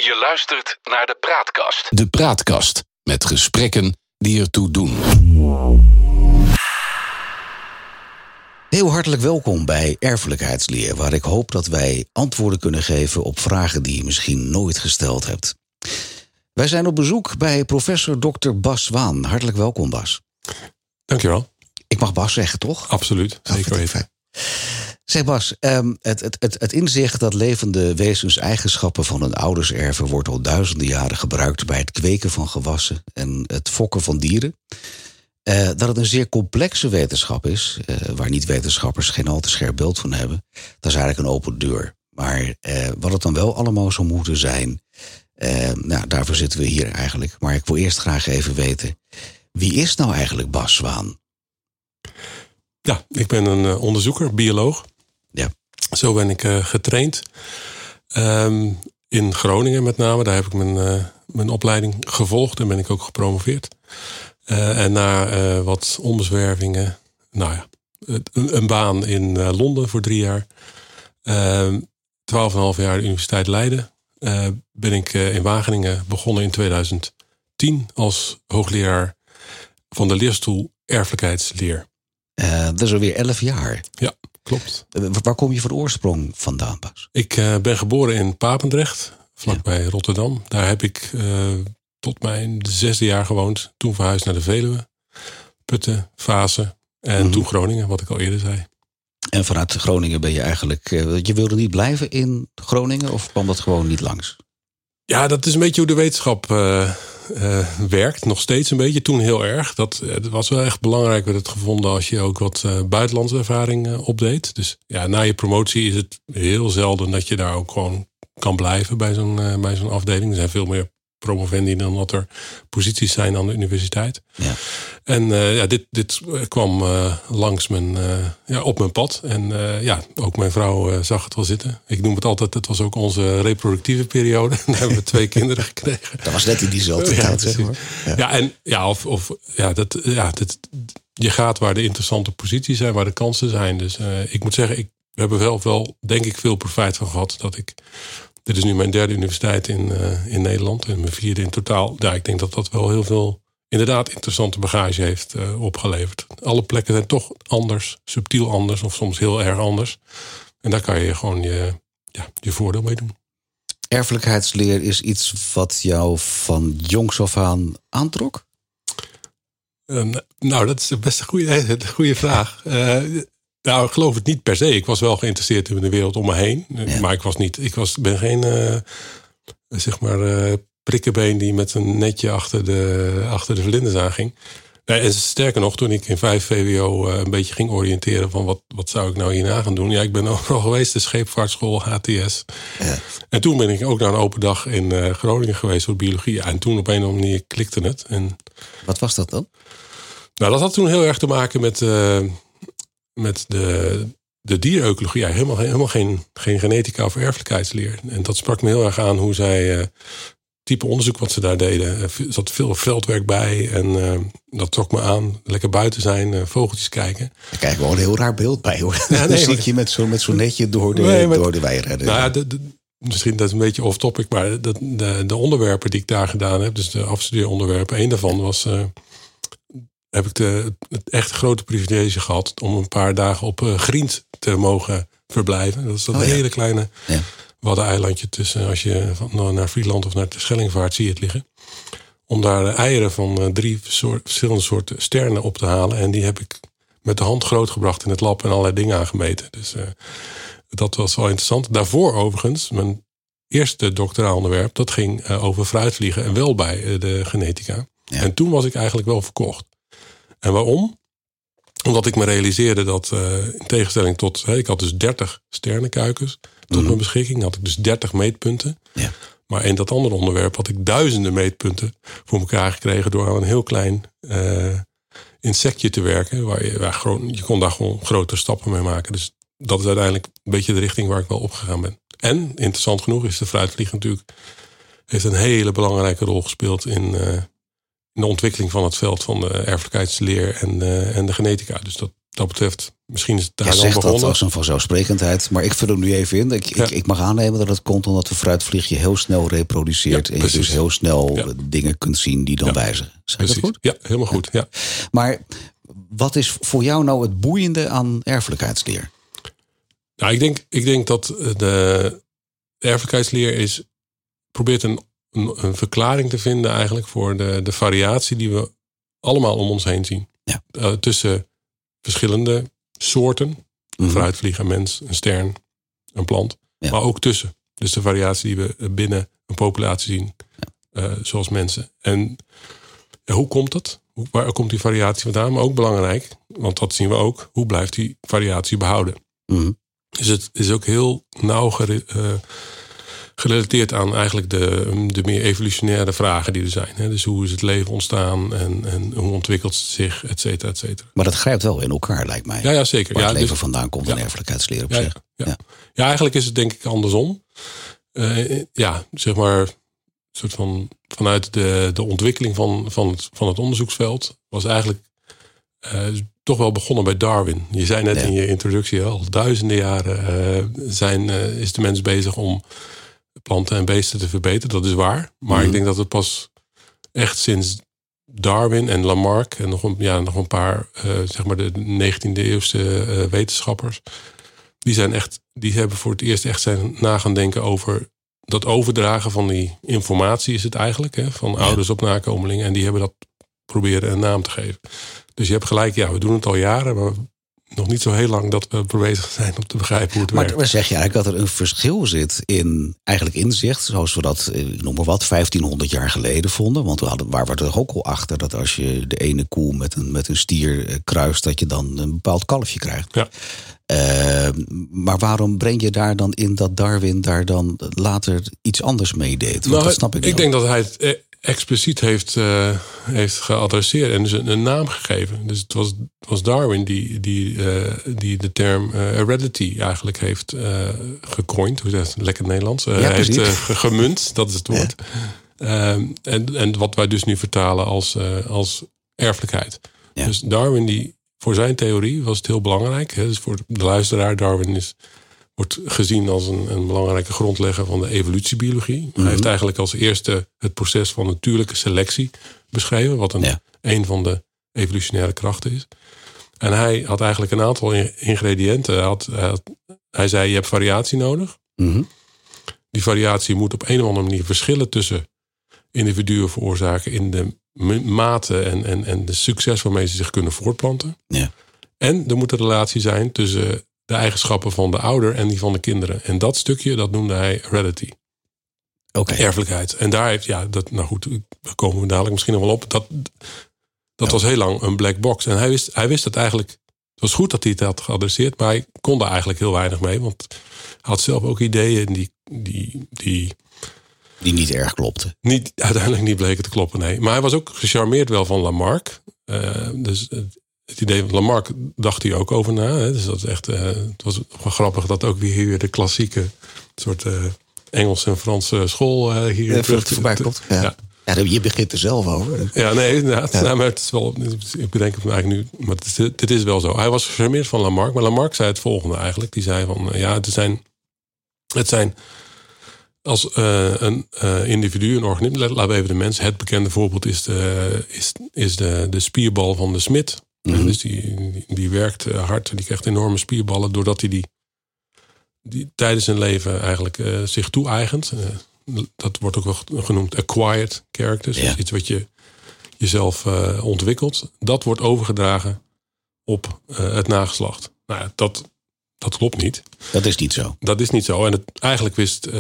Je luistert naar de Praatkast. De Praatkast, met gesprekken die ertoe doen. Heel hartelijk welkom bij Erfelijkheidsleer, waar ik hoop dat wij antwoorden kunnen geven op vragen die je misschien nooit gesteld hebt. Wij zijn op bezoek bij professor Dr. Bas Zwaan. Hartelijk welkom, Bas. Dankjewel. Ik mag Bas zeggen, toch? Absoluut, zeker weten. Zeg Bas, het inzicht dat levende wezens eigenschappen van hun ouders erven wordt al duizenden jaren gebruikt bij het kweken van gewassen en het fokken van dieren. Dat het een zeer complexe wetenschap is, waar niet-wetenschappers geen al te scherp beeld van hebben, dat is eigenlijk een open deur. Maar wat het dan wel allemaal zou moeten zijn, daarvoor zitten we hier eigenlijk. Maar ik wil eerst graag even weten, wie is nou eigenlijk Bas Zwaan? Ja, ik ben een onderzoeker, bioloog. Ja. Zo ben ik getraind. In Groningen met name, daar heb ik mijn opleiding gevolgd en ben ik ook gepromoveerd. En na wat omzwervingen, een baan in Londen voor 3 jaar. 12,5 jaar de Universiteit Leiden. Ben ik in Wageningen begonnen in 2010 als hoogleraar van de leerstoel Erfelijkheidsleer. Dat is alweer 11 jaar. Ja, klopt. Waar kom je van oorsprong vandaan, Bas? Ik ben geboren in Papendrecht, vlakbij Rotterdam. Daar heb ik tot mijn 6e jaar gewoond. Toen verhuisd naar de Veluwe, Putten, Vaassen en toen Groningen, wat ik al eerder zei. En vanuit Groningen ben je eigenlijk... je wilde niet blijven in Groningen of kwam dat gewoon niet langs? Ja, dat is een beetje hoe de wetenschap werkt. Nog steeds een beetje. Toen heel erg. Het was wel echt belangrijk, werd het gevonden, als je ook wat buitenlandse ervaring opdeed. Dus ja, na je promotie is het heel zelden dat je daar ook gewoon kan blijven bij zo'n afdeling. Er zijn veel meer promovendi dan dat er posities zijn aan de universiteit. Ja. En dit kwam langs op mijn pad. En ook mijn vrouw zag het wel zitten. Ik noem het altijd, het was ook onze reproductieve periode. Daar hebben we 2 kinderen gekregen. Dat was net in diezelfde tijd, zeg maar. Je gaat waar de interessante posities zijn, waar de kansen zijn. Dus ik moet zeggen, we hebben wel denk ik veel profijt van gehad dat ik... Dit is nu mijn 3e universiteit in Nederland en mijn 4e in totaal. Ja, ik denk dat dat wel heel veel inderdaad interessante bagage heeft opgeleverd. Alle plekken zijn toch anders, subtiel anders of soms heel erg anders. En daar kan je gewoon je voordeel mee doen. Erfelijkheidsleer is iets wat jou van jongs af aan aantrok? Dat is best een goede vraag. Nou, ik geloof het niet per se. Ik was wel geïnteresseerd in de wereld om me heen. Ja. Maar ben geen prikkenbeen die met een netje achter de vlinders aanging. En sterker nog, toen ik in 5 VWO een beetje ging oriënteren van wat zou ik nou hierna gaan doen. Ja, ik ben overal geweest, de scheepvaartschool, HTS. Ja. En toen ben ik ook naar een open dag in Groningen geweest voor biologie. Ja, en toen op een of andere manier klikte het. En, wat was dat dan? Nou, dat had toen heel erg te maken met de dierenecologie. Ja, helemaal geen genetica of erfelijkheidsleer. En dat sprak me heel erg aan hoe zij... type onderzoek wat ze daar deden. Er zat veel veldwerk bij. En dat trok me aan. Lekker buiten zijn, vogeltjes kijken. Daar krijg ik wel een heel raar beeld bij, hoor. Ja, dan zit je met zo'n netje door de wei redden. Nou ja, misschien dat is een beetje off-topic. Maar de onderwerpen die ik daar gedaan heb. Dus de afstudeeronderwerpen. Een daarvan was... heb ik het echt grote privilege gehad om een paar dagen op Griend te mogen verblijven. Dat is dat hele kleine waddeneilandje tussen, als je naar Friesland of naar de Schelling vaart, zie je het liggen. Om daar de eieren van 3 verschillende soorten sternen op te halen. En die heb ik met de hand grootgebracht in het lab en allerlei dingen aangemeten. Dus dat was wel interessant. Daarvoor overigens, mijn eerste doctoraal onderwerp, dat ging over fruitvliegen en wel bij de genetica. Ja. En toen was ik eigenlijk wel verkocht. En waarom? Omdat ik me realiseerde dat in tegenstelling tot... ik had dus 30 sternenkuikens tot mijn beschikking. Had ik dus 30 meetpunten. Ja. Maar in dat andere onderwerp had ik duizenden meetpunten voor elkaar gekregen... door aan een heel klein insectje te werken. Je kon daar gewoon grote stappen mee maken. Dus dat is uiteindelijk een beetje de richting waar ik wel opgegaan ben. En interessant genoeg is de fruitvlieg natuurlijk... heeft een hele belangrijke rol gespeeld in de ontwikkeling van het veld van de erfelijkheidsleer en de genetica. Dus dat betreft, misschien is het daar Je dan zegt begonnen. dat als een vanzelfsprekendheid, maar ik vul hem nu even in. Ik mag aannemen dat het komt omdat een fruitvlieg je heel snel reproduceert. Ja, en je dus heel snel Ja. dingen kunt zien die dan wijzigen. Zeg ik dat goed? Ja, helemaal goed. Ja. Maar wat is voor jou nou het boeiende aan erfelijkheidsleer? Nou, ik denk dat de erfelijkheidsleer probeert een verklaring te vinden eigenlijk voor de variatie die we allemaal om ons heen zien. Ja. Tussen verschillende soorten, een fruitvlieg, een mens, een stern, een plant. Ja. Maar ook tussen. Dus de variatie die we binnen een populatie zien, zoals mensen. En hoe komt dat? Waar komt die variatie vandaan? Maar ook belangrijk, want dat zien we ook. Hoe blijft die variatie behouden? Dus het is ook heel nauw gerelateerd aan eigenlijk de meer evolutionaire vragen die er zijn. Hè? Dus hoe is het leven ontstaan en hoe ontwikkelt het zich, et cetera, et cetera. Maar dat grijpt wel in elkaar, lijkt mij. Ja, zeker. Waar het leven dus vandaan komt en erfelijkheidsleer op zich. Ja, eigenlijk is het denk ik andersom. Zeg maar, soort van vanuit de ontwikkeling van het onderzoeksveld was eigenlijk toch wel begonnen bij Darwin. Je zei net in je introductie al duizenden jaren is de mens bezig om planten en beesten te verbeteren. Dat is waar. Maar ik denk dat het pas echt sinds Darwin en Lamarck en nog een paar zeg maar de 19e eeuwse wetenschappers, die hebben voor het eerst echt zijn na gaan denken over dat overdragen van die informatie is het eigenlijk, hè, van ouders op nakomelingen, en die hebben dat proberen een naam te geven. Dus je hebt gelijk, we doen het al jaren, maar nog niet zo heel lang dat we bezig zijn om te begrijpen hoe het werkt. Maar zeg je eigenlijk dat er een verschil zit in eigenlijk inzicht, zoals we dat, noem maar wat, 1500 jaar geleden vonden? Want waar we er ook al achter dat als je de ene koe met een stier kruist, dat je dan een bepaald kalfje krijgt. Ja. Maar waarom breng je daar dan in dat Darwin daar dan later iets anders mee deed? Want dat snap ik niet. Ik denk dat hij het expliciet heeft geadresseerd en dus een naam gegeven. Dus het was Darwin die de term heredity eigenlijk heeft gecoind. Hoe zeg je dat? Lekker Nederlands. Heeft gemunt, dat is het woord. Ja. En wat wij dus nu vertalen als erfelijkheid. Ja. Dus Darwin, voor zijn theorie was het heel belangrijk. Hè? Dus voor de luisteraar, Darwin wordt gezien als een belangrijke grondlegger van de evolutiebiologie. Hij heeft eigenlijk als eerste het proces van natuurlijke selectie beschreven, wat een van de evolutionaire krachten is. En hij had eigenlijk een aantal ingrediënten. Hij zei, je hebt variatie nodig. Die variatie moet op een of andere manier verschillen tussen individuen veroorzaken in de mate en de succes waarmee ze zich kunnen voortplanten. Ja. En er moet een relatie zijn tussen de eigenschappen van de ouder en die van de kinderen. En dat stukje, dat noemde hij heredity. Erfelijkheid. En daar heeft, nou goed, daar komen we dadelijk misschien nog wel op. Dat was heel lang een black box. En hij wist het eigenlijk. Het was goed dat hij het had geadresseerd, maar hij kon daar eigenlijk heel weinig mee. Want hij had zelf ook ideeën die niet erg klopten. Uiteindelijk niet bleken te kloppen, nee. Maar hij was ook gecharmeerd wel van Lamarck. Dus het idee van Lamarck dacht hij ook over na. Hè. Dus dat is echt, het was wel grappig dat ook weer hier de klassieke soort Engelse en Franse school hier voorbij komt. Ja, je begint er zelf over. Ja, nee, inderdaad. Ja. Nou, maar het is wel, ik bedenk het eigenlijk nu, maar dit is wel zo. Hij was gecharmeerd van Lamarck, maar Lamarck zei het volgende eigenlijk. Die zei van, het zijn als een individu, een organisme, laten we even de mens. Het bekende voorbeeld is de spierbal van de smid. Dus die werkt hard, die krijgt enorme spierballen doordat hij die tijdens zijn leven eigenlijk zich toe-eigent. Dat wordt ook wel genoemd acquired characters. Dus iets wat je jezelf ontwikkelt. Dat wordt overgedragen op het nageslacht. Nou ja, dat klopt niet. Dat is niet zo. Dat is niet zo. En eigenlijk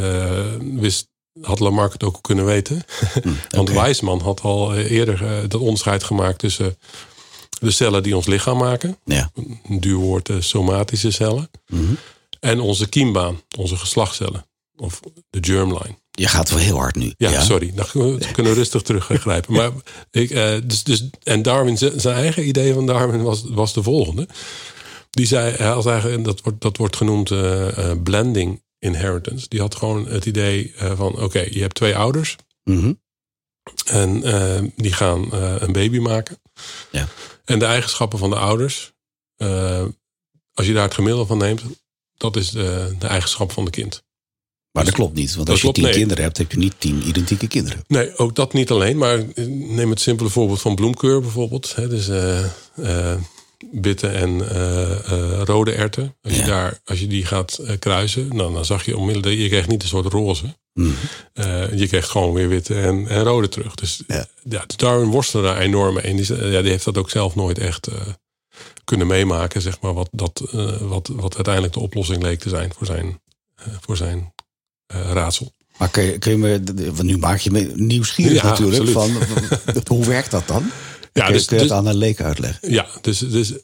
had Lamarck het ook kunnen weten. Want Weizmann had al eerder dat onderscheid gemaakt tussen de cellen die ons lichaam maken. Ja. Een duur woord, somatische cellen. En onze kiembaan, onze geslachtscellen. Of de germline. Je gaat wel heel hard nu. Ja, sorry. Dan kunnen we rustig teruggrijpen. Maar en Darwin, zijn eigen idee van Darwin was de volgende. Die zei, hij had eigenlijk, dat wordt genoemd blending inheritance. Die had gewoon het idee van, je hebt twee ouders. En die gaan een baby maken. Ja. En de eigenschappen van de ouders als je daar het gemiddelde van neemt, dat is de eigenschap van de kind. Maar dat klopt niet, want als je 10 kinderen hebt, heb je niet 10 identieke kinderen. Nee, ook dat niet alleen. Maar neem het simpele voorbeeld van bloemkleur bijvoorbeeld. Hè, dus witte en rode erwten. Als je die gaat kruisen, dan zag je onmiddellijk, je krijgt niet een soort roze. Je krijgt gewoon weer witte en rode terug. Dus Darwin worstelde daar enorm mee. En die heeft dat ook zelf nooit echt kunnen meemaken, zeg maar, wat uiteindelijk de oplossing leek te zijn voor zijn raadsel. Maar kun je me, want nu maak je me nieuwsgierig natuurlijk, van hoe werkt dat dan? Kun je het aan een leek uitleggen? Ja, dus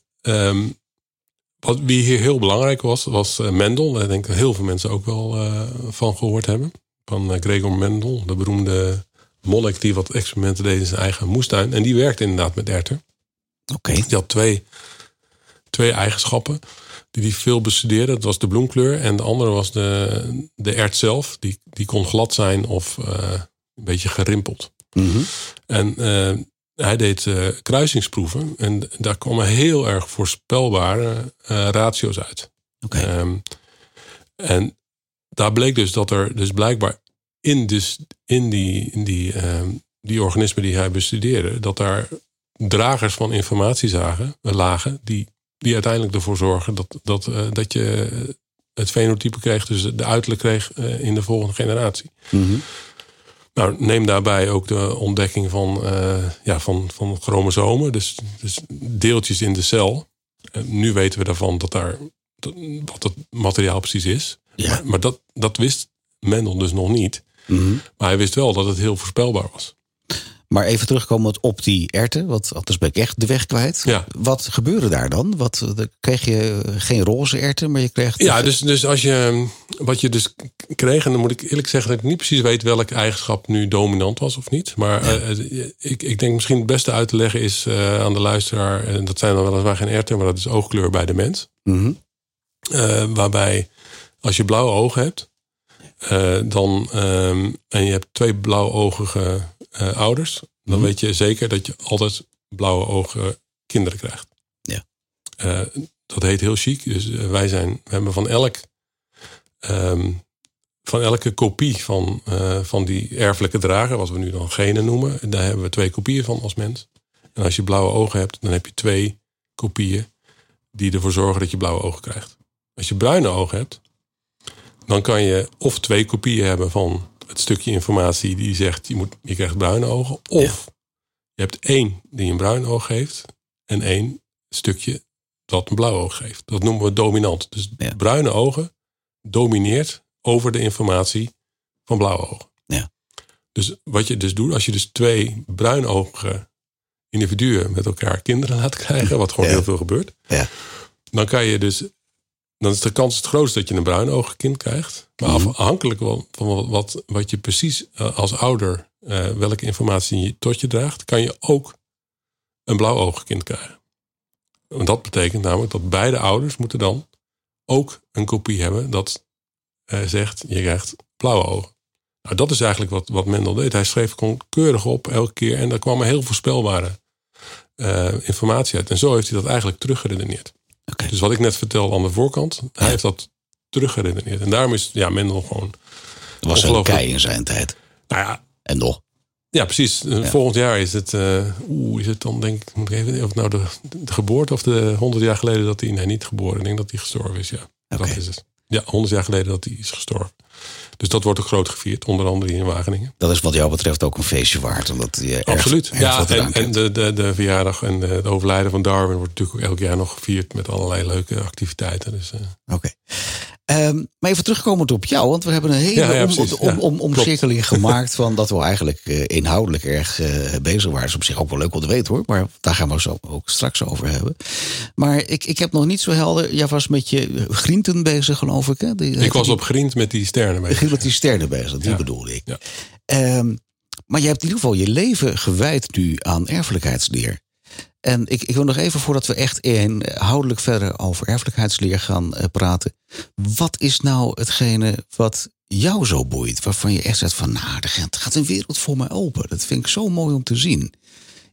wie hier heel belangrijk was Mendel. Daar denk ik dat heel veel mensen ook wel van gehoord hebben. Van Gregor Mendel, de beroemde monnik die wat experimenten deed in zijn eigen moestuin. En die werkte inderdaad met erwten. Okay. Die had twee eigenschappen die hij veel bestudeerde. Dat was de bloemkleur en de andere was de erwt zelf. Die kon glad zijn of een beetje gerimpeld. Mm-hmm. En hij deed kruisingsproeven en daar kwamen heel erg voorspelbare ratio's uit. Okay. En daar bleek dus dat er dus blijkbaar in die organismen die hij bestudeerde, dat daar dragers van informatie lagen die uiteindelijk ervoor zorgen dat je het fenotype kreeg, dus de uiterlijk kreeg in de volgende generatie. Mm-hmm. Nou, neem daarbij ook de ontdekking van chromosomen, dus deeltjes in de cel. Nu weten we daarvan wat het materiaal precies is. Ja. Maar dat wist Mendel dus nog niet. Mm-hmm. Maar hij wist wel dat het heel voorspelbaar was. Maar even terugkomen op die erwten, want anders ben ik echt de weg kwijt. Ja. Wat gebeurde daar dan? Kreeg je geen roze erwten, maar je kreeg... Ja, dus wat je dus kreeg, en dan moet ik eerlijk zeggen dat ik niet precies weet welke eigenschap nu dominant was of niet. Maar ik denk misschien het beste uit te leggen is aan de luisteraar, en dat zijn dan weliswaar geen erwten, maar dat is oogkleur bij de mens. Mm-hmm. Waarbij als je blauwe ogen hebt, en je hebt 2 blauwogige ouders, dan weet je zeker dat je altijd blauwe ogen kinderen krijgt. Ja. Dat heet heel chic. Dus we hebben van elke kopie van die erfelijke drager, wat we nu dan genen noemen, daar hebben we 2 kopieën van als mens. En als je blauwe ogen hebt, dan heb je 2 kopieën die ervoor zorgen dat je blauwe ogen krijgt. Als je bruine ogen hebt, dan kan je of 2 kopieën hebben van het stukje informatie die zegt je krijgt bruine ogen. Of je hebt 1 die een bruin oog geeft en 1 stukje dat een blauw oog geeft. Dat noemen we dominant. Dus bruine ogen domineert over de informatie van blauwe ogen. Ja. Dus wat je dus doet, als je dus 2 bruinogige individuen met elkaar kinderen laat krijgen, wat gewoon heel veel gebeurt, dan kan je dus, dan is de kans het grootst dat je een bruinoogig kind krijgt. Maar afhankelijk van wat je precies als ouder, welke informatie je tot je draagt, kan je ook een blauwoogig kind krijgen. En dat betekent namelijk dat beide ouders moeten dan ook een kopie hebben dat zegt, je krijgt blauwe ogen. Nou, dat is eigenlijk wat Mendel deed. Hij schreef keurig op elke keer en daar kwam er heel voorspelbare informatie uit. En zo heeft hij dat eigenlijk teruggeredeneerd. Okay. Dus wat ik net vertelde aan de voorkant, hij heeft dat teruggeredeneerd. En daarom is Mendel gewoon... Dat was een kei in zijn tijd. Nou ja. En nog. Ja, precies. Volgend jaar is het... is het dan, denk ik... Moet ik even, of nou de geboorte of de 100 jaar geleden dat hij... Nee, niet geboren. Ik denk dat hij gestorven is, ja. Okay. Dat is het. Ja, 100 jaar geleden dat hij is gestorven. Dus dat wordt ook groot gevierd, onder andere in Wageningen. Dat is wat jou betreft ook een feestje waard. Omdat je absoluut. En de verjaardag en de overlijden van Darwin wordt natuurlijk ook elk jaar nog gevierd met allerlei leuke activiteiten. Dus, Oké. Maar even terugkomend op jou, want we hebben een hele omcirkeling gemaakt van dat we eigenlijk inhoudelijk erg bezig waren. Dat is op zich ook wel leuk om te weten hoor, maar daar gaan we zo ook straks over hebben. Maar ik heb nog niet zo helder, jij was met je Grienten bezig geloof ik. Hè? Ik was op Grient met die sterren bezig. Met die sterren bezig, die bedoelde ik. Ja. Maar je hebt in ieder geval je leven gewijd nu aan erfelijkheidsleer. En ik wil nog even, voordat we echt inhoudelijk verder over erfelijkheidsleer gaan praten. Wat is nou hetgene wat jou zo boeit? Waarvan je echt zegt van, nou, er gaat een wereld voor mij open. Dat vind ik zo mooi om te zien.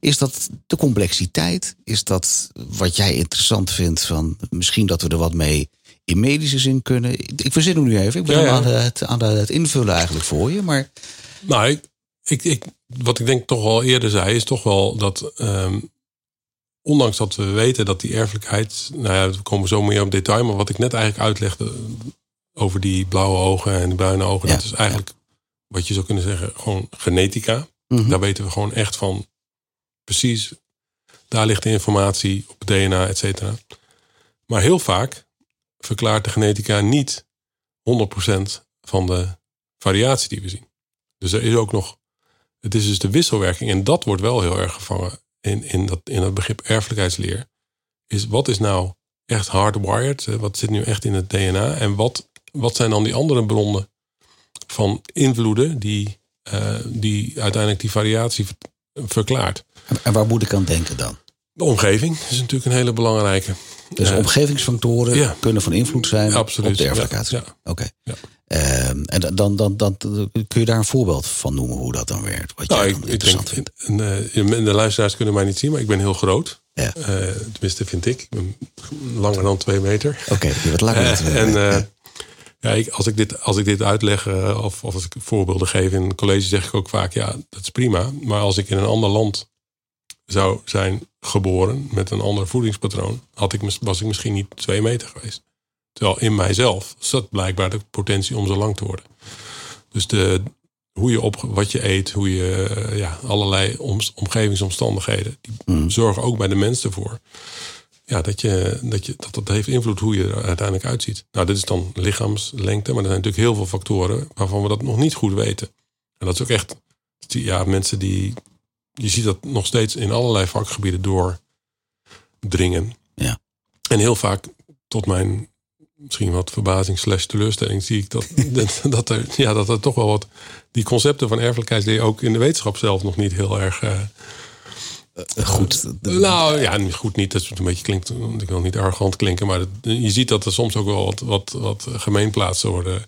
Is dat de complexiteit? Is dat wat jij interessant vindt van misschien dat we er wat mee in medische zin kunnen? Ik verzin hem nu even. Ik ben aan het invullen eigenlijk voor je. Maar... Nou, wat ik denk toch al eerder zei, is toch wel dat ondanks dat we weten dat die erfelijkheid, we komen zo meer op detail, maar wat ik net eigenlijk uitlegde over die blauwe ogen en die bruine ogen, dat is eigenlijk wat je zou kunnen zeggen, gewoon genetica. Mm-hmm. Daar weten we gewoon echt van precies, daar ligt de informatie op het DNA, et cetera. Maar heel vaak verklaart de genetica niet 100% van de variatie die we zien. Dus er is ook nog, het is dus de wisselwerking, en dat wordt wel heel erg gevangen in dat begrip erfelijkheidsleer. Wat is nou echt hardwired? Wat zit nu echt in het DNA? En wat zijn dan die andere bronnen van invloeden die uiteindelijk die variatie verklaart? En waar moet ik aan denken dan? De omgeving is natuurlijk een hele belangrijke. Dus omgevingsfactoren kunnen van invloed zijn op de erfelijkheid. Ja. Oké. Ja. En dan kun je daar een voorbeeld van noemen hoe dat dan werkt? Wat jij interessant vindt. De luisteraars kunnen mij niet zien, maar ik ben heel groot. Ja. Tenminste, vind ik. Ik ben langer dan 2 meter. Oké, wat langer dan 2 meter. Als ik dit uitleg of als ik voorbeelden geef in een college, zeg ik ook vaak, ja, dat is prima. Maar als ik in een ander land zou zijn geboren met een ander voedingspatroon, was ik misschien niet 2 meter geweest. Terwijl in mijzelf zat blijkbaar de potentie om zo lang te worden. Dus wat je eet, hoe je allerlei omgevingsomstandigheden, die zorgen ook bij de mens ervoor. Ja, dat heeft invloed hoe je er uiteindelijk uitziet. Nou, dit is dan lichaamslengte, maar er zijn natuurlijk heel veel factoren waarvan we dat nog niet goed weten. En dat is ook echt, mensen die, je ziet dat nog steeds in allerlei vakgebieden doordringen. Ja. En heel vaak, tot mijn misschien wat verbazing / teleurstelling, zie ik dat er toch wel wat, die concepten van erfelijkheidsleer ook in de wetenschap zelf nog niet heel erg goed. Goed niet. Dat is een beetje klinkt, ik wil niet arrogant klinken, maar je ziet dat er soms ook wel wat gemeenplaatsen worden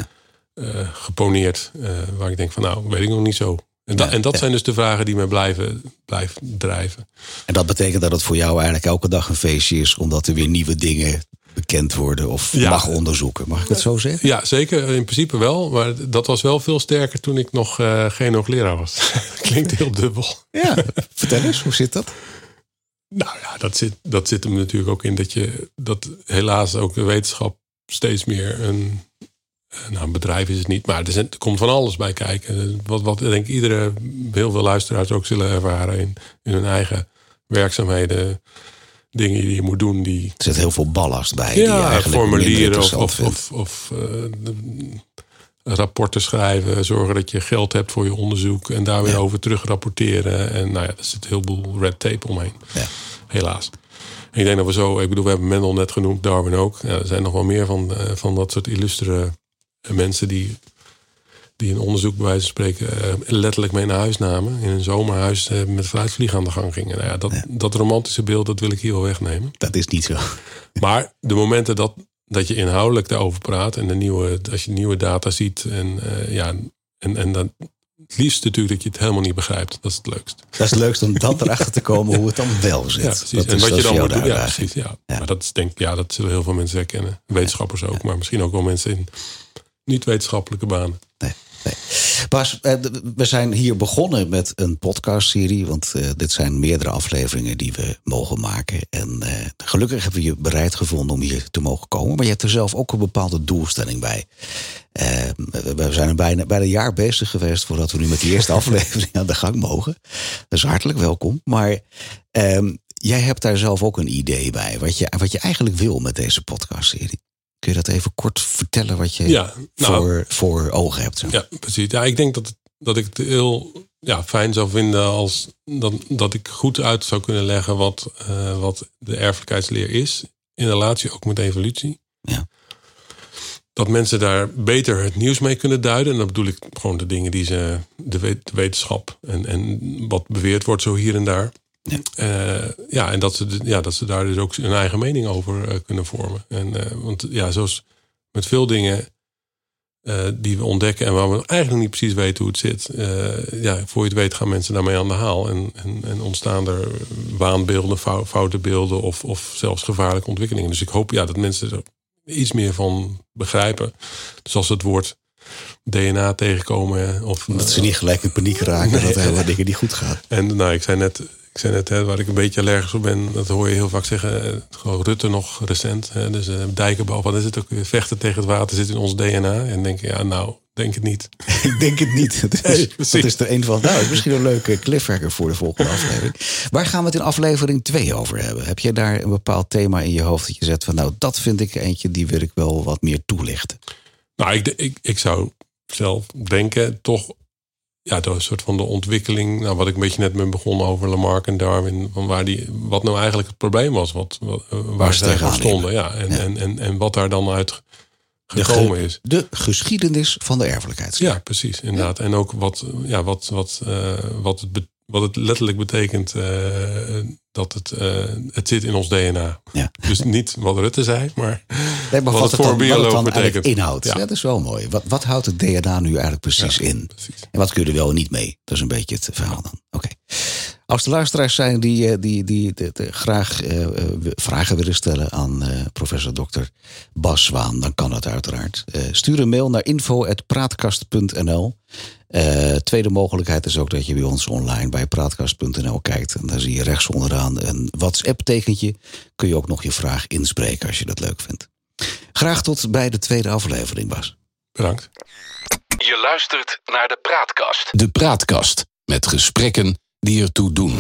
geponeerd, waar ik denk van, weet ik nog niet zo. En dat zijn dus de vragen die mij blijven drijven. En dat betekent dat het voor jou eigenlijk elke dag een feestje is, omdat er weer nieuwe dingen bekend worden of mag onderzoeken. Mag ik het zo zeggen? Ja, zeker. In principe wel. Maar dat was wel veel sterker toen ik nog geen hoogleraar was. Klinkt heel dubbel. Ja, vertel eens, hoe zit dat? Nou ja, dat zit hem natuurlijk ook in dat helaas ook de wetenschap steeds meer een bedrijf is het niet, maar er komt van alles bij kijken. Wat denk ik heel veel luisteraars ook zullen ervaren in hun eigen werkzaamheden. Dingen die je moet doen. Er zit heel veel ballast bij. Ja, formulieren of rapporten schrijven. Zorgen dat je geld hebt voor je onderzoek. En daar weer over terug rapporteren. En er zit heel veel red tape omheen. Ja. Helaas. En ik denk dat we hebben Mendel net genoemd, Darwin ook. Ja, er zijn nog wel meer van dat soort illustere mensen die een onderzoek bij wijze van spreken letterlijk mee naar huis namen. In een zomerhuis met fruitvliegen aan de gang gingen. Nou ja, dat romantische beeld, dat wil ik hier wel wegnemen. Dat is niet zo. Maar de momenten dat je inhoudelijk daarover praat en als je nieuwe data ziet en dan het liefst natuurlijk dat je het helemaal niet begrijpt. Dat is het leukst. Dat is het leukst om dan erachter te komen hoe het dan wel zit. Ja, precies. En wat je dan moet doen. Ja, precies. Ja. Maar dat dat zullen heel veel mensen herkennen. Wetenschappers ook, maar misschien ook wel mensen in niet-wetenschappelijke banen. Nee. Bas, we zijn hier begonnen met een podcastserie, want dit zijn meerdere afleveringen die we mogen maken. En gelukkig hebben we je bereid gevonden om hier te mogen komen. Maar je hebt er zelf ook een bepaalde doelstelling bij. We zijn bijna een jaar bezig geweest voordat we nu met de eerste aflevering aan de gang mogen. Dus hartelijk welkom. Maar jij hebt daar zelf ook een idee bij, wat je eigenlijk wil met deze podcastserie. Kun je dat even kort vertellen wat je voor ogen hebt? Zo? Ja, precies. Ja, ik denk dat ik het heel fijn zou vinden als dat ik goed uit zou kunnen leggen wat de erfelijkheidsleer is. In relatie ook met evolutie. Ja. Dat mensen daar beter het nieuws mee kunnen duiden. En dat bedoel ik gewoon de dingen die de wetenschap en wat beweerd wordt zo hier en daar. Ja. En dat ze daar dus ook hun eigen mening over kunnen vormen. En, want zoals met veel dingen die we ontdekken en waar we eigenlijk nog niet precies weten hoe het zit. Voor je het weet gaan mensen daarmee aan de haal. En ontstaan er waanbeelden, foute beelden of zelfs gevaarlijke ontwikkelingen. Dus ik hoop dat mensen er iets meer van begrijpen. Dus als het woord DNA tegenkomen. Dat ze niet gelijk in paniek raken dat er heel wat dingen niet goed gaan. En ik zei net, waar ik een beetje allergisch op ben, dat hoor je heel vaak zeggen. Gewoon Rutte nog recent. Dus dijkenbouw, wat is het ook weer? Vechten tegen het water zit in ons DNA. En denk je, denk het niet. Ik denk het niet. Dat is er een van. Misschien een leuke cliffhanger voor de volgende aflevering. Waar gaan we het in aflevering 2 over hebben? Heb je daar een bepaald thema in je hoofd dat je zet van dat vind ik eentje, die wil ik wel wat meer toelichten? Ik zou zelf denken, toch, door een soort van de ontwikkeling, wat ik een beetje net mee begonnen over Lamarck en Darwin, van wat nou eigenlijk het probleem was, waar ze tegenaan stonden, en wat daar dan uit gekomen is. De geschiedenis van de erfelijkheid. Ja, precies, inderdaad. En ook wat het letterlijk betekent dat het zit in ons DNA. Ja. Dus niet wat Rutte zei, maar wat het voor een bioloog betekent. Inhoudt. Ja, dat is wel mooi. Wat houdt het DNA nu eigenlijk precies in? Precies. En wat kun je er wel niet mee? Dat is een beetje het verhaal dan. Oké. Als er luisteraars zijn die graag vragen willen stellen aan professor Dr. Bas Zwaan, dan kan dat uiteraard. Stuur een mail naar info@praatkast.nl. Tweede mogelijkheid is ook dat je bij ons online bij praatkast.nl kijkt. En daar zie je rechts onderaan een WhatsApp-tekentje. Kun je ook nog je vraag inspreken als je dat leuk vindt. Graag tot bij de tweede aflevering, Bas. Bedankt. Je luistert naar de Praatkast. De Praatkast met gesprekken die ertoe doen.